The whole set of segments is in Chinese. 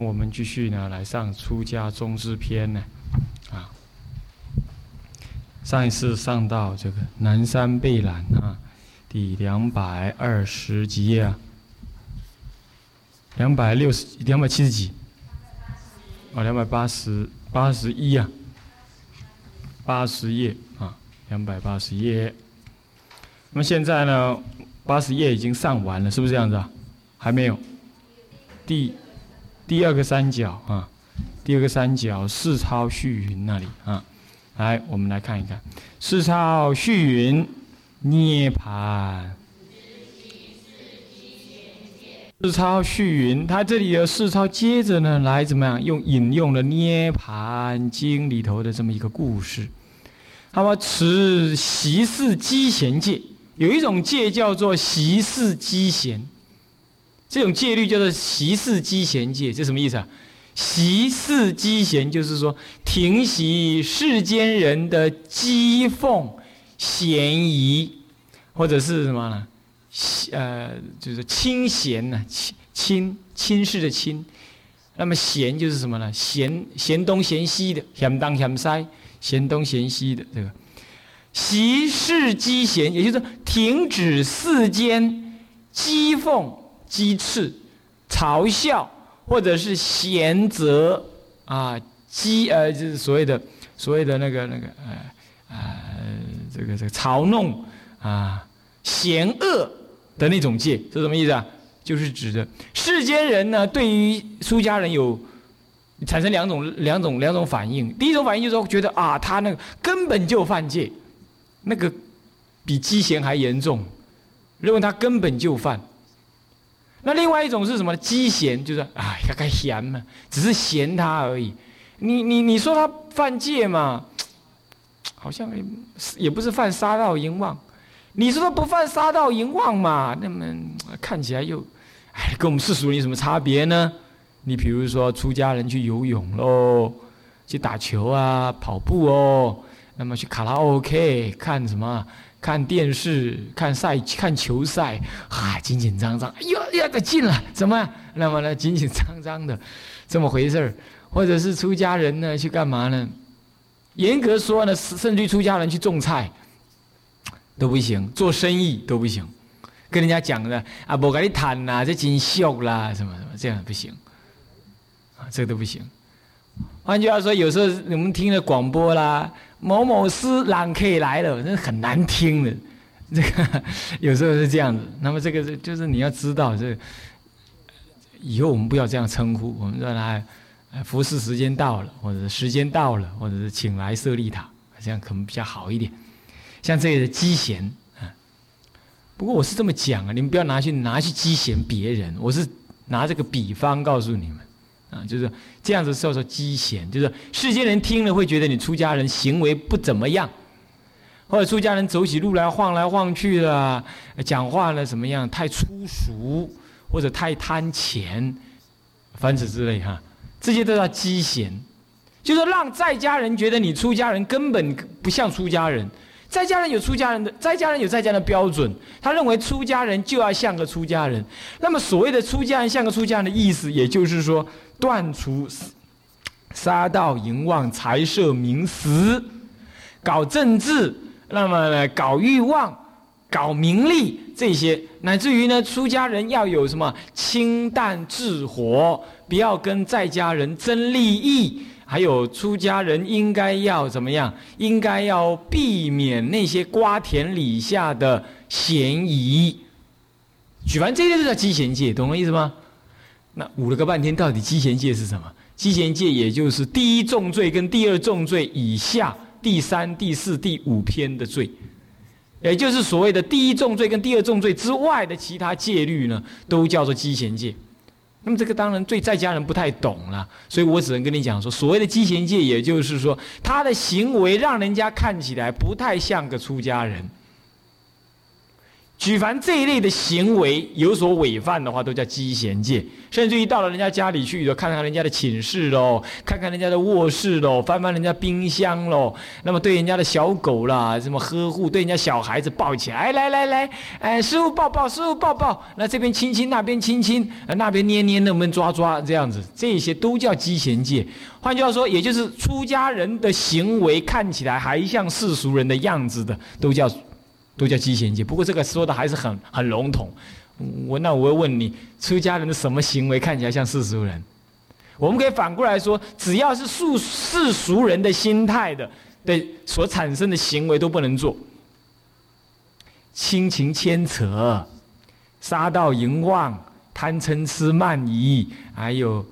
我们继续呢来上出家宗之篇呢，上一次上到这个南山贝览第220几页270几，281 80页280页。那么现在呢，80页已经上完了，是不是这样子啊？还没有，第二个三角第二个三角四超续云那里来，我们来看一看四超续云涅槃。四超续云，它这里的四超接着呢来怎么样？引用了《涅槃经》里头的这么一个故事。那么持习事机弦戒，有一种戒叫做习事机弦，这种戒律叫做习事机弦戒。这什么意思啊？习事机弦就是说停息世间人的讥讽、嫌疑，或者是什么呢？就是轻嫌呢，轻视的轻。那么嫌就是什么呢？嫌东嫌西的，嫌东嫌西，嫌东嫌西的这个习事机弦，也就是停止世间讥讽、讥刺、嘲笑，或者是谴责就是所谓的那个这个嘲弄嫌恶的那种戒，是什么意思啊？就是指的世间人呢，对于出家人有产生两种反应。第一种反应就是说，觉得他那个根本就犯戒，那个比积嫌还严重，认为他根本就犯。那另外一种是什么呢？积嫌就是该嫌嘛，只是嫌他而已。你说他犯戒嘛，好像也不是犯杀盗淫妄。你说他不犯杀盗淫妄嘛？那么看起来又，跟我们世俗人有什么差别呢？你比如说出家人去游泳喽，去打球跑步那么去卡拉 OK 看什么？看电视、看球赛，紧紧张张，要得进了，怎么样？那么呢，紧紧张张的，这么回事儿。或者是出家人呢，去干嘛呢？严格说呢，甚至于出家人去种菜都不行，做生意都不行，跟人家讲的不跟你谈啦，这真俗啦，什么这样不行，这个都不行。换句话说，有时候我们听了广播啦，某某师朗 K 来了，那很难听的，这个有时候是这样子。那么这个就是你要知道，这以后我们不要这样称呼，我们说服侍时间到了，或者时间到了，或者是请来舍利塔，这样可能比较好一点。像这个积嫌不过我是这么讲你们不要拿去积嫌别人，我是拿这个比方告诉你们就是这样子叫做积嫌，就是世间人听了会觉得你出家人行为不怎么样，或者出家人走起路来晃去的，讲话呢怎么样太粗俗，或者太贪钱，凡此之类这些都叫积嫌，就是让在家人觉得你出家人根本不像出家人。在家人有在家人有在家的标准，他认为出家人就要像个出家人。那么所谓的出家人像个出家人的意思，也就是说断除杀盗淫妄财色名食，搞政治，那么呢搞欲望，搞名利这些，乃至于呢出家人要有什么清淡治火，不要跟在家人争利益。还有出家人应该要怎么样？应该要避免那些瓜田李下的嫌疑。举凡这些都叫积嫌戒，懂我意思吗？那悟了个半天，到底积嫌戒是什么？积嫌戒也就是第一重罪跟第二重罪以下第3、第4、第5篇的罪，也就是所谓的第一重罪跟第二重罪之外的其他戒律呢，都叫做积嫌戒。那么这个当然对在家人不太懂了，所以我只能跟你讲说，所谓的积嫌戒，也就是说他的行为让人家看起来不太像个出家人， 举凡这一类的行为有所违犯的话，都叫积嫌戒。甚至于到了人家家里去，看看人家的寝室喽，看看人家的卧室喽，翻翻人家冰箱喽，那么对人家的小狗啦，什么呵护，对人家小孩子抱起来，来，师父抱抱，师父抱抱，那这边亲亲，那边亲亲，那边捏捏，那边抓抓，这样子，这些都叫积嫌戒。换句话说，也就是出家人的行为看起来还像世俗人的样子的，都叫积嫌戒。不过这个说的还是很笼统。那我会问你，出家人的什么行为看起来像世俗人？我们可以反过来说，只要是世俗人的心态的所产生的行为都不能做。亲情牵扯、杀盗淫妄、贪嗔痴慢疑，还有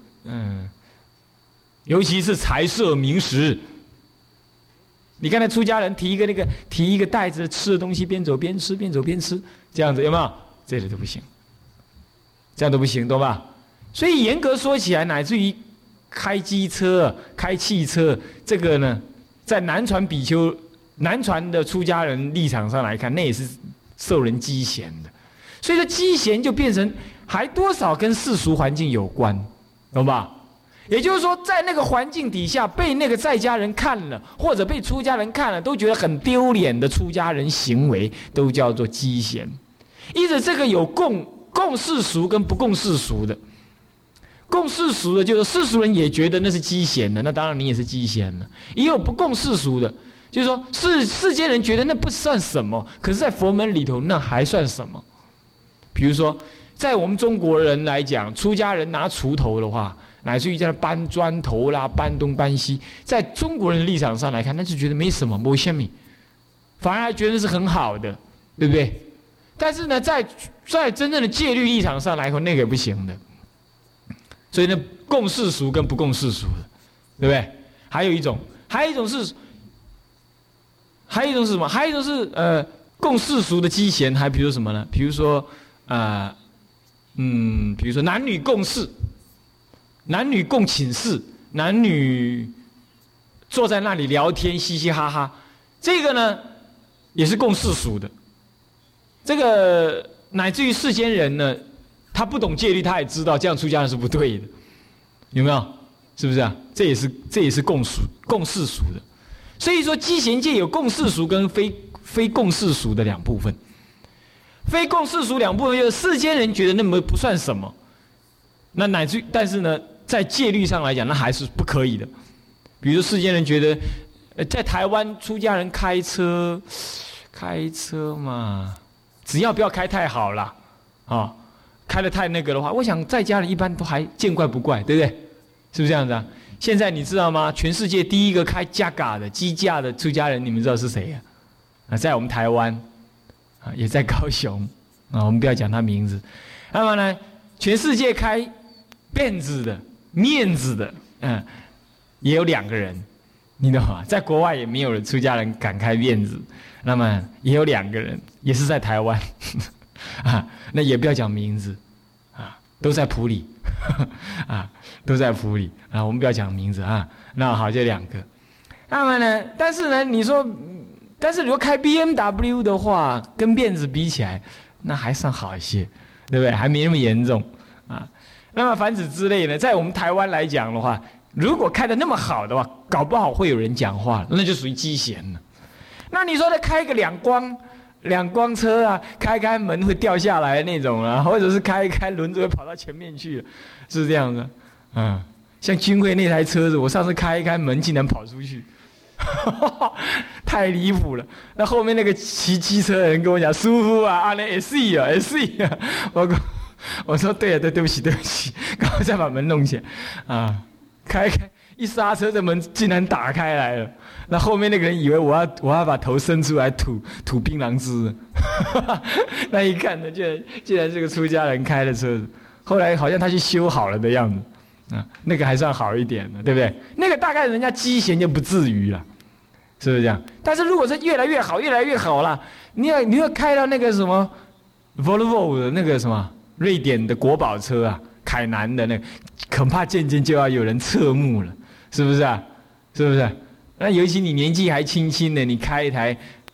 尤其是财色名食。你看那出家人提一个袋子吃的东西，边走边吃，这样子有没有？这里都不行，这样都不行，懂吧？所以严格说起来，乃至于开机车、开汽车，这个呢，在南传的出家人立场上来看，那也是受人积嫌的。所以说积嫌就变成还多少跟世俗环境有关，懂吧？也就是说，在那个环境底下，被那个在家人看了，或者被出家人看了，都觉得很丢脸的出家人行为，都叫做积嫌。依着这个有共世俗跟不共世俗的，共世俗的就是世俗人也觉得那是积嫌的，那当然你也是积嫌了。也有不共世俗的，就是说世间人觉得那不算什么，可是在佛门里头那还算什么。比如说，在我们中国人来讲，出家人拿锄头的话，乃至于在那搬砖头啦、搬东搬西，在中国人的立场上来看，那就觉得没什么，没什么，反而还觉得是很好的，对不对？但是呢，在真正的戒律立场上来说，那个也不行的。所以呢，共世俗跟不共世俗的，对不对？还有一种是什么？还有一种是共世俗的积嫌，还比如什么呢？比如说比如说男女共事、男女共寝室、男女坐在那里聊天，嘻嘻哈哈，这个呢也是共世俗的。这个乃至于世间人呢，他不懂戒律，他也知道这样出家人是不对的，有没有？是不是啊？这也是共世俗的。所以说，积嫌戒有共世俗跟非共世俗的两部分。非共世俗两部分就是世间人觉得那么不算什么，那乃至于但是呢，在戒律上来讲，那还是不可以的。比如世间人觉得，在台湾出家人开车嘛。只要不要开太好了，开得太那个的话，我想在家人一般都还见怪不怪，对不对？是不是这样子啊？现在你知道吗？全世界第一个开加嘎的机架的出家人，你们知道是谁呀？在我们台湾，也在高雄，我们不要讲他名字。那么呢，全世界开辫子的、面子的，也有2个人，你懂吗？在国外也没有人出家人敢开辫子。那么也有2个人，也是在台湾，那也不要讲名字，都在埔里，都在埔里，我们不要讲名字啊。那好，就2个。那么呢，但是呢，你说，但是如果开 BMW 的话，跟辫子比起来，那还算好一些，对不对？还没那么严重啊。那么凡此之类呢，在我们台湾来讲的话，如果开得那么好的话，搞不好会有人讲话，那就属于积嫌了。那你说他开个两光车啊，开门会掉下来的那种啊，或者是开轮子会跑到前面去，是这样的，像军会那台车子，我上次开门竟然跑出去，太离谱了。那后面那个骑机车的人跟我讲：“师傅啊，那 SE 啊。”我说：“对啊，对不起，赶快再把门弄起来开。”一刹车，这门竟然打开来了。那后面那个人以为我要把头伸出来吐槟榔汁，那一看呢，竟然是个出家人开的车子。后来好像他去修好了的样子，那个还算好一点的，对不对？那个大概人家积嫌就不至于了，是不是这样？但是如果是越来越好了，你要开到那个什么 Volvo 的那个什么瑞典的国宝车啊，凯南的那个，恐怕渐渐就要有人侧目了。是不是啊？是不是？那尤其你年纪还轻轻的，你开一台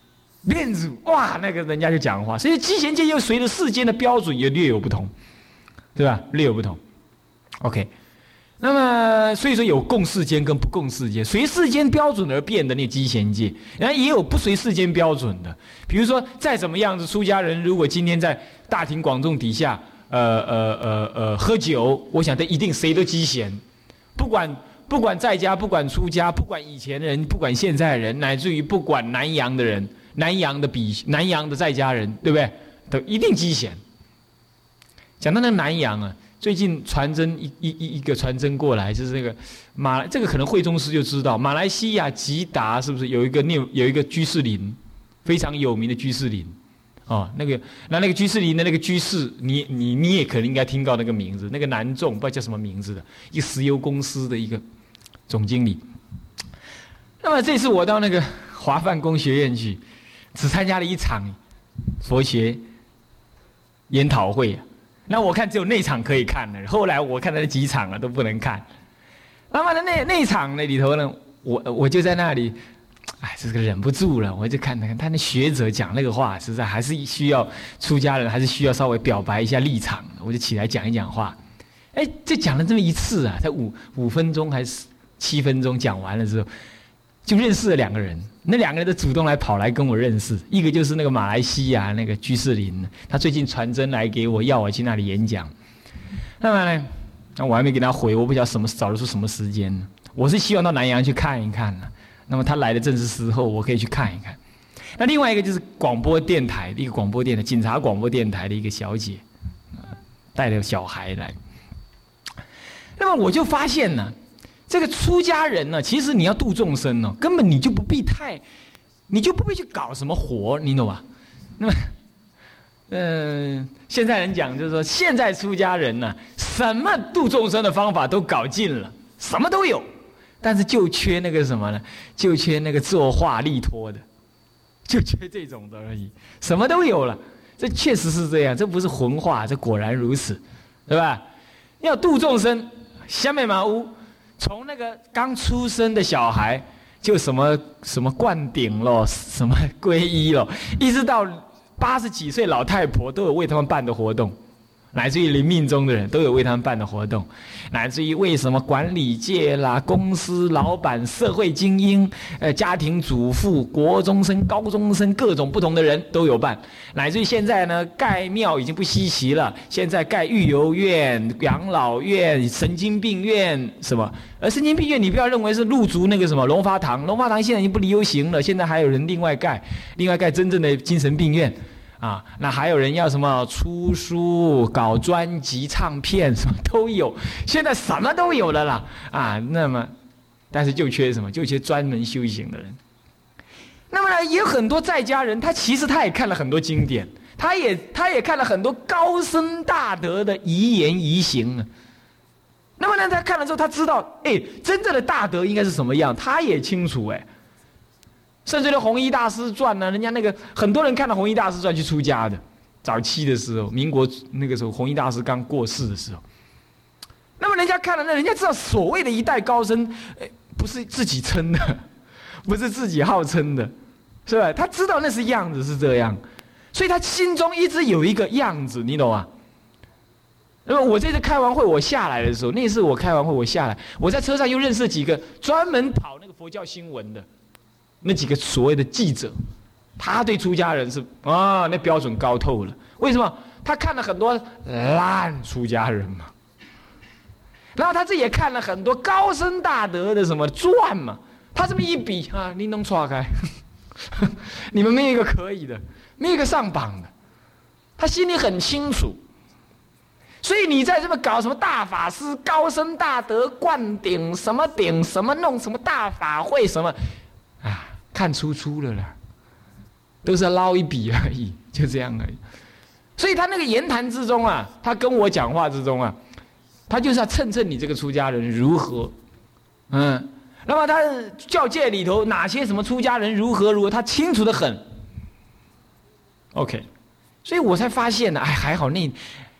面子哇，那个人家就讲话，所以集贤界又随着世间的标准也略有不同，对吧？略有不同。OK， 那么所以说有共世间跟不共世间，随世间标准而变的那集贤界，然后也有不随世间标准的。比如说再怎么样子，出家人如果今天在大庭广众底下，喝酒，我想这一定谁都集贤，不管在家，不管出家，不管以前人，不管现在人，乃至于不管南洋的人，南洋的在家人，对不对？都一定集贤。讲到那个南洋啊，最近传真一个传真过来，就是那个这个可能慧宗师就知道，马来西亚吉达是不是有一个居士林，非常有名的居士林。哦，那个居士林的那个居士，你也可能应该听到那个名字，那个南众不知道叫什么名字的，一个石油公司的一个总经理。那么这次我到那个华梵工学院去，只参加了一场佛学研讨会，那我看只有那场可以看了，后来我看了几场了都不能看。那么那一场那里头呢，我就在那里。哎，这个忍不住了，我就看他那学者讲那个话，实在还是需要出家人，还是需要稍微表白一下立场，我就起来讲一讲话。哎，这讲了这么一次啊，才五分钟还是7分钟，讲完了之后，就认识了2个人。那2个人都主动跑来跟我认识，一个就是那个马来西亚那个居士林，他最近传真来给我，要我去那里演讲。那么呢，我还没给他回，我不晓得找得出什么时间呢。我是希望到南洋去看一看呢。那么他来的正是时候，我可以去看一看。那另外一个就是广播电台的一个广播电台，警察广播电台的一个小姐，带着小孩来。那么我就发现呢，这个出家人呢，其实你要度众生呢，根本你就不必去搞什么活，你懂吧？那么，现在人讲就是说，现在出家人呢，什么度众生的方法都搞尽了，什么都有。但是就缺那个什么呢？就缺那个作画力托的，就缺这种的而已。什么都有了，这确实是这样，这不是混话，这果然如此，对吧？要度众生，下面嘛屋，从那个刚出生的小孩，就什么灌顶咯，什么皈依咯，一直到80几岁老太婆都有为他们办的活动。乃至于临命终的人都有为他们办的活动，乃至于为什么管理界啦、公司老板、社会精英、家庭主妇、国中生、高中生，各种不同的人都有办。乃至于现在呢，盖庙已经不稀奇了，现在盖育幼院、养老院、神经病院什么。而神经病院你不要认为是入足那个什么龙发堂，龙发堂现在已经不流行了，现在还有人另外盖真正的精神病院。啊，那还有人要什么出书、搞专辑、唱片，什么都有，现在什么都有了啦。啊，那么，但是就缺什么？就缺专门修行的人。那么呢，也有很多在家人，他其实也看了很多经典，他也看了很多高僧大德的遗言遗行啊。那么呢，他看了之后，他知道，真正的大德应该是什么样，他也清楚甚至连弘一大师传呢，人家那个很多人看到弘一大师传去出家的，早期的时候，民国那个时候，弘一大师刚过世的时候，那么人家看了，那人家知道所谓的一代高僧，不是自己称的，不是自己号称的，是吧？他知道那是样子是这样，所以他心中一直有一个样子，你懂吗？那么我这次开完会我下来的时候，那次我开完会我下来，我在车上又认识几个专门跑那个佛教新闻的。那几个所谓的记者，他对出家人是那标准高透了。为什么？他看了很多烂出家人嘛，然后他自己也看了很多高僧大德的什么传嘛。他这么一比啊，你能岔开，你们没有一个可以的，没有一个上榜的。他心里很清楚，所以你在这么搞什么大法师、高僧大德灌顶什么弄什么大法会什么。看出了啦，都是捞一笔而已，就这样而已。所以他那个言谈之中啊，他跟我讲话之中啊，他就是要蹭你这个出家人如何，那么他教界里头哪些什么出家人如何，他清楚得很。OK， 所以我才发现呢，还好那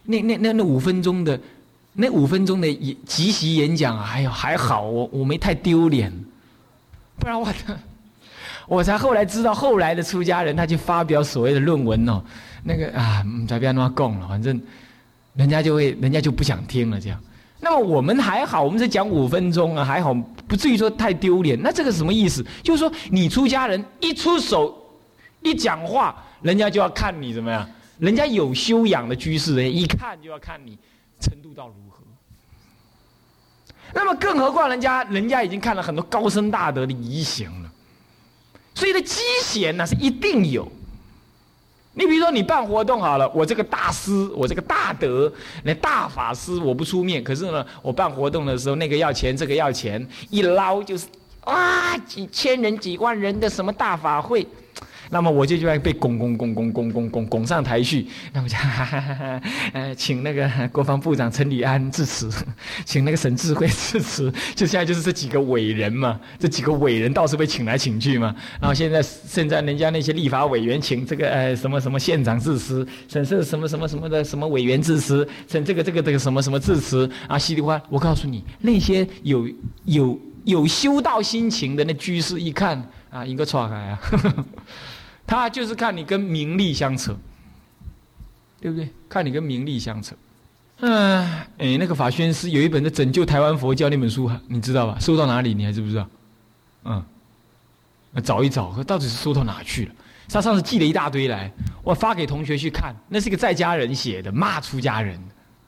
5分钟的即席演讲啊，还好我没太丢脸，不然我才后来知道，后来的出家人他去发表所谓的论文哦，那个才不要那么讲了，反正人家就不想听了这样。那么我们还好，我们才讲5分钟啊，还好不至于说太丢脸。那这个什么意思？就是说你出家人一出手一讲话，人家就要看你怎么样，人家有修养的居士人一看就要看你程度到如何。那么更何况人家已经看了很多高僧大德的遗行了，所以的机嫌呢是一定有。你比如说你办活动好了，我这个大师，我这个大德，那大法师我不出面，可是呢我办活动的时候那个要钱这个要钱，一捞就是几千人几万人的什么大法会。那么我就会被拱上台去，那么就请那个国防部长陈履安致辞，请那个沈智慧致辞，就现在就是这几个伟人嘛，这几个伟人倒是被请来请去嘛。然后现在人家那些立法委员请这个什么什么县长致辞，省市什么什么什么的什么委员致辞，省这个什么什么致辞啊，稀里哗啦。我告诉你，那些有修道心情的那居士一看啊，应该错开啊。他就是看你跟名利相扯，对不对？看你跟名利相扯。那个法宣师有一本的《拯救台湾佛教》那本书，你知道吧？收到哪里？你还知不知道？找一找，到底是收到哪去了？他上次寄了一大堆来，我发给同学去看。那是一个在家人写的，骂出家人，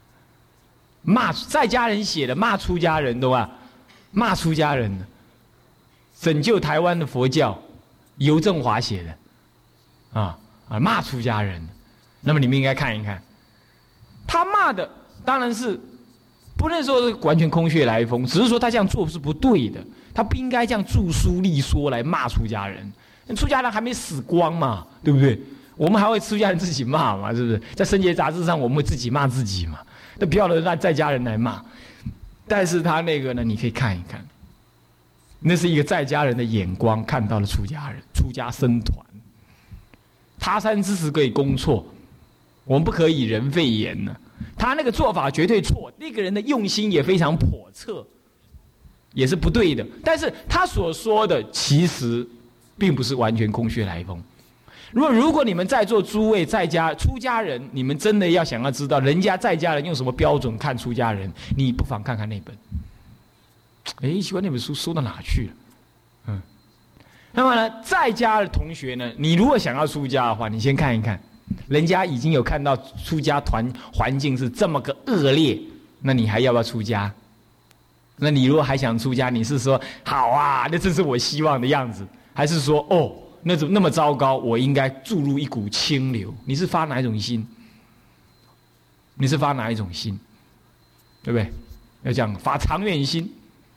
在家人写的，骂出家人，懂吧？骂出家人的，拯救台湾的佛教，尤正华写的。骂出家人，那么你们应该看一看，他骂的当然是不能说是完全空穴来风，只是说他这样做是不对的，他不应该这样著书立说来骂出家人。出家人还没死光嘛，对不对？我们还会出家人自己骂嘛，是不是？在圣洁杂志上我们会自己骂自己嘛，那不要让在家人来骂。但是他那个呢，你可以看一看，那是一个在家人的眼光看到了出家人、出家僧团。他山之石可以攻错，我们不可以人废言呢。他那个做法绝对错，那个人的用心也非常叵测，也是不对的。但是他所说的其实并不是完全空穴来风。如果你们在座诸位在家出家人，你们真的要想要知道人家在家人用什么标准看出家人，你不妨看看那本。奇怪，那本书收到哪去了？那么呢，在家的同学呢，你如果想要出家的话，你先看一看，人家已经有看到出家团环境是这么个恶劣，那你还要不要出家？那你如果还想出家，你是说好啊，那这是我希望的样子，还是说那怎么那么糟糕，我应该注入一股清流？你是发哪一种心？你是发哪一种心？对不对？要讲发长远心，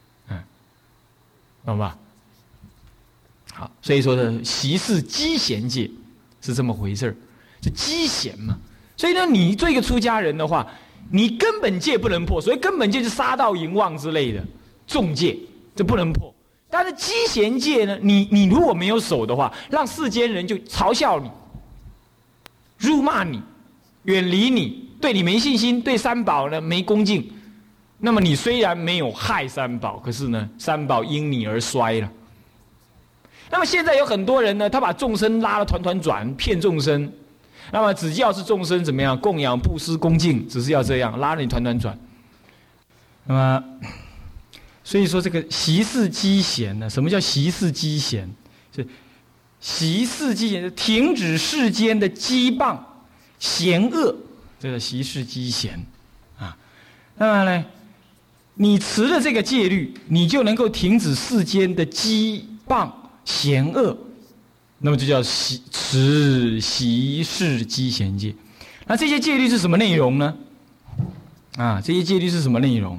懂吧？好，所以说呢，习是积贤戒是这么回事儿，是积贤嘛。所以呢，你做一个出家人的话，你根本戒不能破，所以根本戒是杀盗淫妄之类的重戒，这不能破。但是积贤戒呢，你如果没有守的话，让世间人就嘲笑你、辱骂你、远离你，对你没信心，对三宝呢没恭敬。那么你虽然没有害三宝，可是呢，三宝因你而衰了。那么现在有很多人呢，他把众生拉了团团转，骗众生。那么只要是众生怎么样供养、布施、恭敬，只是要这样拉着你团团转。那么，所以说这个习是积贤呢？什么叫习是积贤？是习是积贤，停止世间的羁绊、嫌恶，这个习是积贤啊。那么呢，你持了这个戒律，你就能够停止世间的羁绊。嫌恶，那么就叫持习是积贤戒。那这些戒律是什么内容呢？这些戒律是什么内容？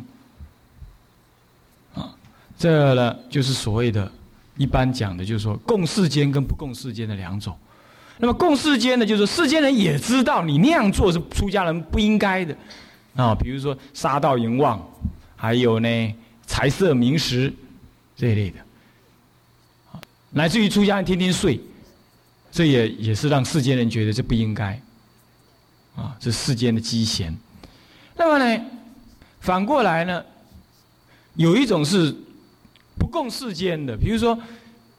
这呢就是所谓的，一般讲的就是说共世间跟不共世间的两种。那么共世间呢，就是世间人也知道你那样做是出家人不应该的比如说杀盗淫妄，还有呢财色名食这一类的。乃至于出家人天天睡，这也是让世间人觉得这不应该，这世间的积贤。那么呢，反过来呢，有一种是不共世间的，比如说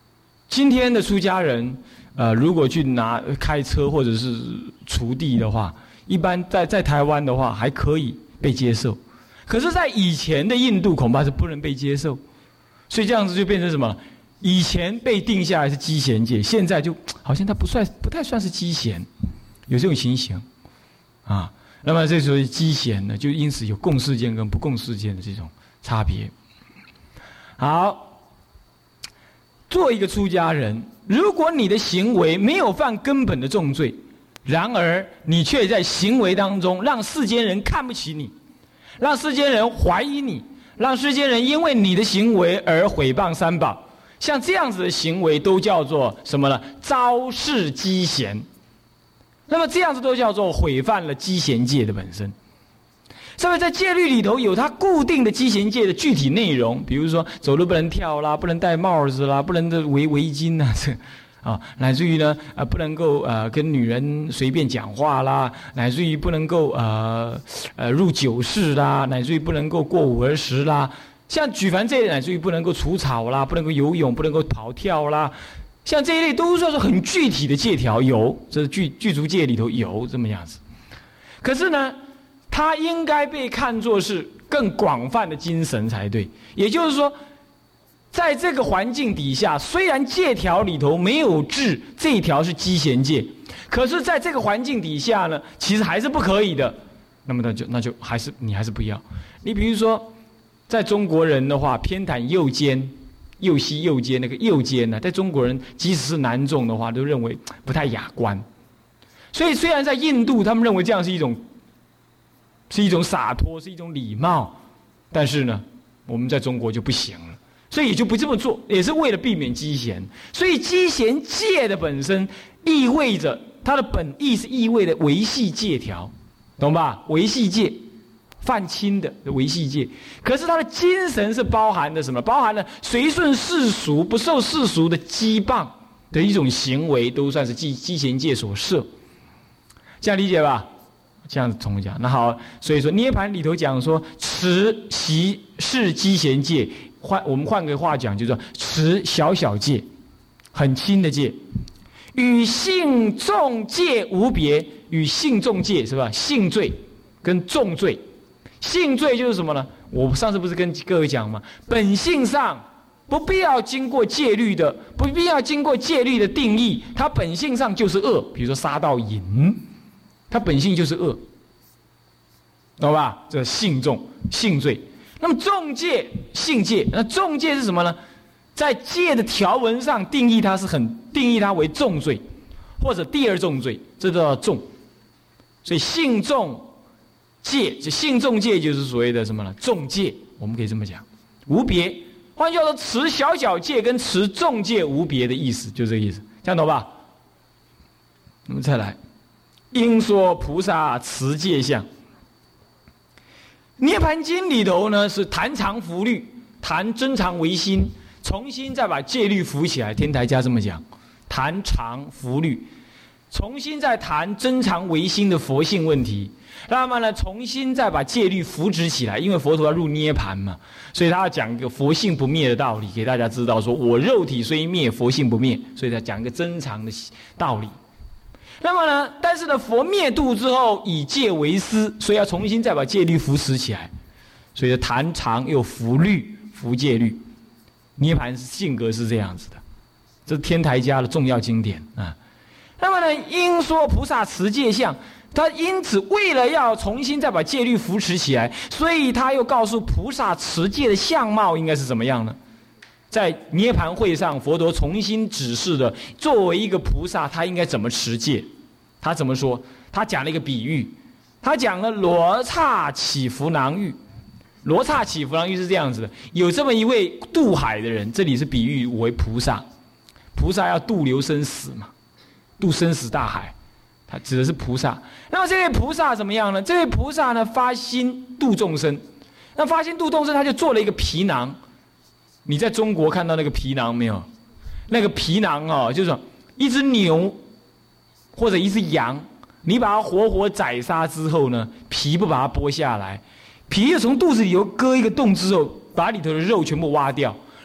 今天的出家人，如果去开车或者是锄地的话，一般在台湾的话还可以被接受，可是，在以前的印度恐怕是不能被接受，所以这样子就变成什么？以前被定下来是积贤戒，现在就好像它不太算是积贤，有这种情形啊。那么这时候积贤呢，就因此有共世间跟不共世间的这种差别。好，做一个出家人，如果你的行为没有犯根本的重罪，然而你却在行为当中让世间人看不起你，让世间人怀疑你，让世间人因为你的行为而毁谤三宝，像这样子的行为都叫做什么呢？昭示积贤。那么这样子都叫做毁犯了积贤戒的本身。所以在戒律里头有它固定的积贤戒的具体内容，比如说走路不能跳啦，不能戴帽子啦，不能围巾啦，乃至于呢不能够跟女人随便讲话啦，乃至于不能够入酒室啦，乃至于不能够过5、20啦，像举凡这类，乃至于不能够除草啦，不能够游泳，不能够跑跳啦，像这一类都算是很具体的戒条，有，这是具足戒里头有这么样子。可是呢，它应该被看作是更广泛的精神才对。也就是说，在这个环境底下，虽然戒条里头没有治这一条是积贤戒，可是在这个环境底下呢，其实还是不可以的。那么那就还是不要。你比如说，在中国人的话，偏袒右肩。右膝右肩那个右肩呢，在中国人即使是男众的话，都认为不太雅观。所以虽然在印度他们认为这样是一种洒脱，是一种礼貌，但是呢，我们在中国就不行了，所以也就不这么做，也是为了避免积贤。所以积贤戒的本身意味着它的本意是意味着维系戒条，懂吧？维系戒。犯亲的维系戒，可是他的精神是包含的什么？包含了随顺世俗、不受世俗的羁绊的一种行为，都算是积贤戒所摄。这样理解吧？这样子重讲。那好，所以说涅盘里头讲说，持习是积贤戒，我们换个话讲，就是说持小小戒，很轻的戒，与性重戒无别。与性重戒是吧？性罪跟重罪。性罪就是什么呢？我上次不是跟各位讲吗？本性上不必要经过戒律的定义，它本性上就是恶。比如说杀盗淫，它本性就是恶，懂吧？这性重性罪。那么重戒性戒，那重戒是什么呢？在戒的条文上定义它为重罪，或者第二重罪，这叫重。所以性重戒，性重戒就是所谓的什么呢？重戒，我们可以这么讲，无别。换句话说，持小小戒跟持重戒无别的意思，就这个意思，这样懂吧？那么再来，应说菩萨持戒相。涅盘经里头呢是谈常服律，谈真常唯心，重新再把戒律扶起来。天台家这么讲，谈常服律，重新再谈真常唯心的佛性问题。那么呢，重新再把戒律扶植起来，因为佛陀要入涅盘嘛，所以他要讲一个佛性不灭的道理，给大家知道说，我肉体虽灭，佛性不灭，所以他讲一个真常的道理。那么呢，但是呢，佛灭度之后以戒为师，所以要重新再把戒律扶持起来，所以谈常又扶律，扶戒律。涅盘性格是这样子的，这是天台家的重要经典啊。那么呢，应说菩萨持戒相。他因此为了要重新再把戒律扶持起来，所以他又告诉菩萨持戒的相貌应该是怎么样呢？在涅盘会上，佛陀重新指示的，作为一个菩萨，他应该怎么持戒？他怎么说？他讲了一个比喻，他讲了罗刹起伏囊喻。罗刹起伏囊喻是这样子的：有这么一位渡海的人，这里是比喻为菩萨，菩萨要渡流生死嘛，渡生死大海。他指的是菩萨。那么这位菩萨怎么样呢？这位菩萨呢，发心度众生。那发心度众生，他就做了一个皮囊。你在中国看到那个皮囊没有？那个皮囊哦，就是一只牛或者一只羊，你把它活活宰杀之后呢，皮不把它剥下来，皮就从肚子里头割一个洞之后，把里头的肉全部挖掉，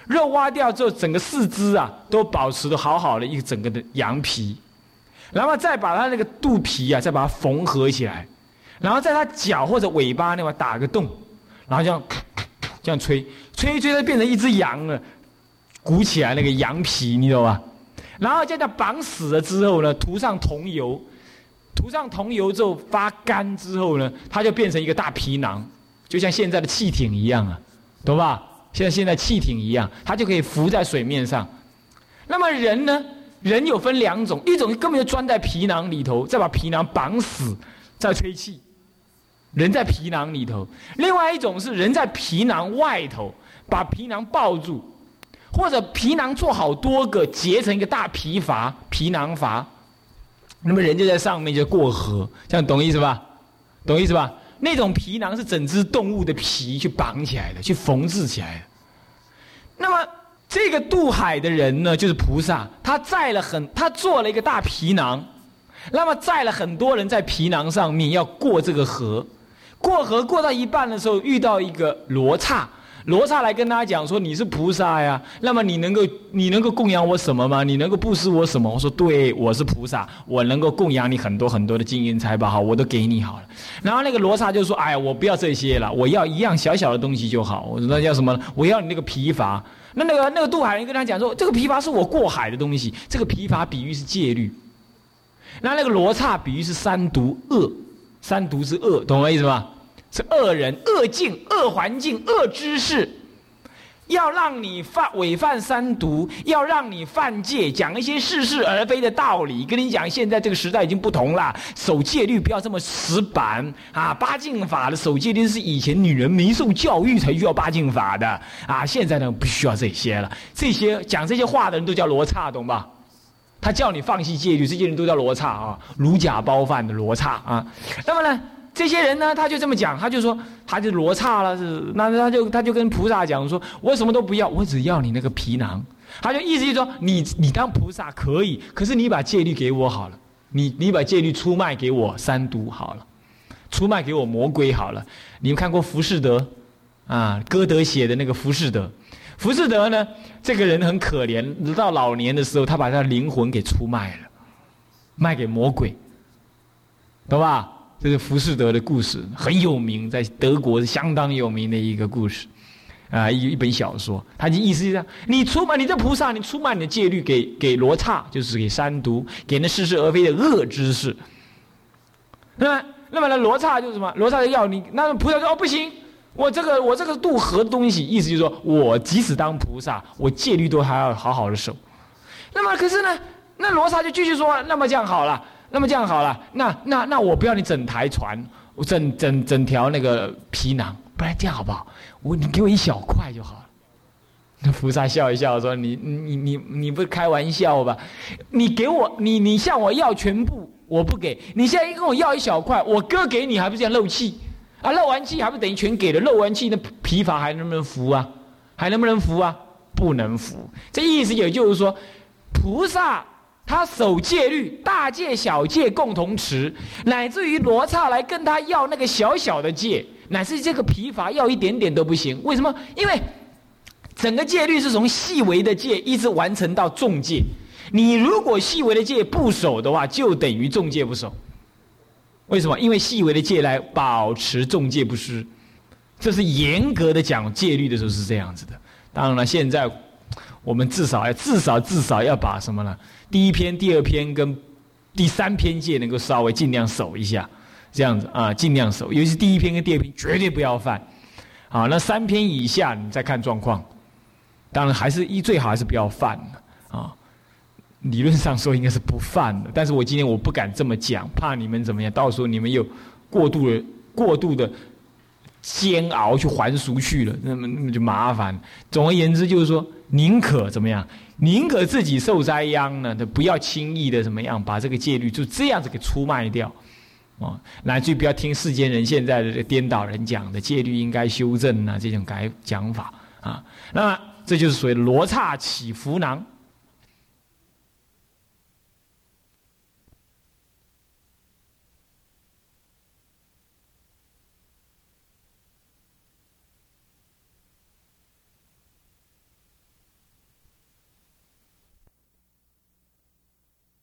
肉挖掉之后，整个四肢啊都保持的好好的一个整个的羊皮，然后再把它那个肚皮啊再把它缝合起来，然后在它脚或者尾巴那块打个洞，然后这样吹，吹一吹它变成一只羊了，鼓起来那个羊皮，你懂吧？然后将它绑死了之后呢，涂上桐油，涂上桐油之后发干之后呢，它就变成一个大皮囊，就像现在的汽艇一样啊，懂吧？现在汽艇一样，它就可以浮在水面上。那么人呢？人有分两种，一种根本就钻在皮囊里头，再把皮囊绑死，再吹气，人在皮囊里头；另外一种是人在皮囊外头，把皮囊抱住。或者皮囊做好多个，结成一个大皮筏、皮囊筏，那么人就在上面就过河，这样懂意思吧？懂意思吧？那种皮囊是整只动物的皮去绑起来的，去缝制起来的。那么这个渡海的人呢，就是菩萨，他做了一个大皮囊，那么载了很多人在皮囊上面要过这个河，过河过到一半的时候，遇到一个罗刹。罗刹来跟他讲说：“你是菩萨呀，那么你能够供养我什么吗？你能够布施我什么？”我说：“对，我是菩萨，我能够供养你很多很多的金银财宝，好，我都给你好了。”然后那个罗刹就说：“哎呀，我不要这些了，我要一样小小的东西就好。”我说：“那叫什么呢？我要你那个皮筏。”那个渡海人跟他讲说：“这个皮筏是我过海的东西，这个皮筏比喻是戒律。那个罗刹比喻是三毒恶，三毒是恶，懂我意思吗？是恶人、恶境、恶环境、恶知识，要让你违犯三毒，要让你犯戒，讲一些似是而非的道理。跟你讲，现在这个时代已经不同了，守戒律不要这么死板啊！八敬法的守戒律是以前女人没受教育才需要八敬法的啊，现在呢不需要这些了。这些讲这些话的人都叫罗刹，懂吧？他叫你放弃戒律，这些人都叫罗刹啊，如假包饭的罗刹啊。那么呢？这些人呢，他就这么讲，他就说他就罗刹了，那他就跟菩萨讲说，我什么都不要，我只要你那个皮囊。他就意思就是说，你当菩萨可以，可是你把戒律给我好了，你把戒律出卖给我三毒好了，出卖给我魔鬼好了。你们看过浮士德啊？歌德写的那个浮士德。浮士德呢，这个人很可怜，到老年的时候，他把他的灵魂给出卖了，卖给魔鬼，懂吧？这是浮士德的故事，很有名，在德国是相当有名的一个故事，一本小说。他的意思是这样：你这菩萨，你出卖你的戒律给罗刹，就是给三毒，给那似是而非的恶知识。那么呢，罗刹就是什么？罗刹要你，那菩萨说：“哦，不行，我这个渡河的东西，意思就是说我即使当菩萨，我戒律都还要好好的守。”那么可是呢，那罗刹就继续说：“那么这样好了。”那我不要你整台船，我整条那个皮囊，不然这样好不好？你给我一小块就好了。那菩萨笑一笑说：“你不是开玩笑吧？你给我你向我要全部，我不给。你现在跟我要一小块，我割给你还不是这样漏气啊？漏完气还不等于全给了？漏完气那皮筏还能不能服啊？还能不能服啊？不能服。这意思也就是说，菩萨。”他守戒律，大戒小戒共同持，乃至于罗刹来跟他要那个小小的戒，乃至这个皮筏要一点点都不行。为什么？因为整个戒律是从细微的戒一直完成到重戒。你如果细微的戒不守的话，就等于重戒不守。为什么？因为细微的戒来保持重戒不失，这是严格的讲戒律的时候是这样子的。当然了，现在我们至少要把什么呢？第一篇、第二篇跟第三篇戒能够稍微尽量守一下，这样子啊，尽量守。尤其是第一篇跟第二篇绝对不要犯，啊，那3篇以下你再看状况。当然最好还是不要犯的啊。理论上说应该是不犯的，但是我今天我不敢这么讲，怕你们怎么样，到时候你们又过度的煎熬去还俗去了，那么就麻烦。总而言之就是说，宁可怎么样？宁可自己受灾殃呢，不要轻易的怎么样把这个戒律就这样子给出卖掉，乃至于不要听世间人现在的颠倒人讲的戒律应该修正啊这种讲法啊。那么这就是所谓罗刹起伏囊。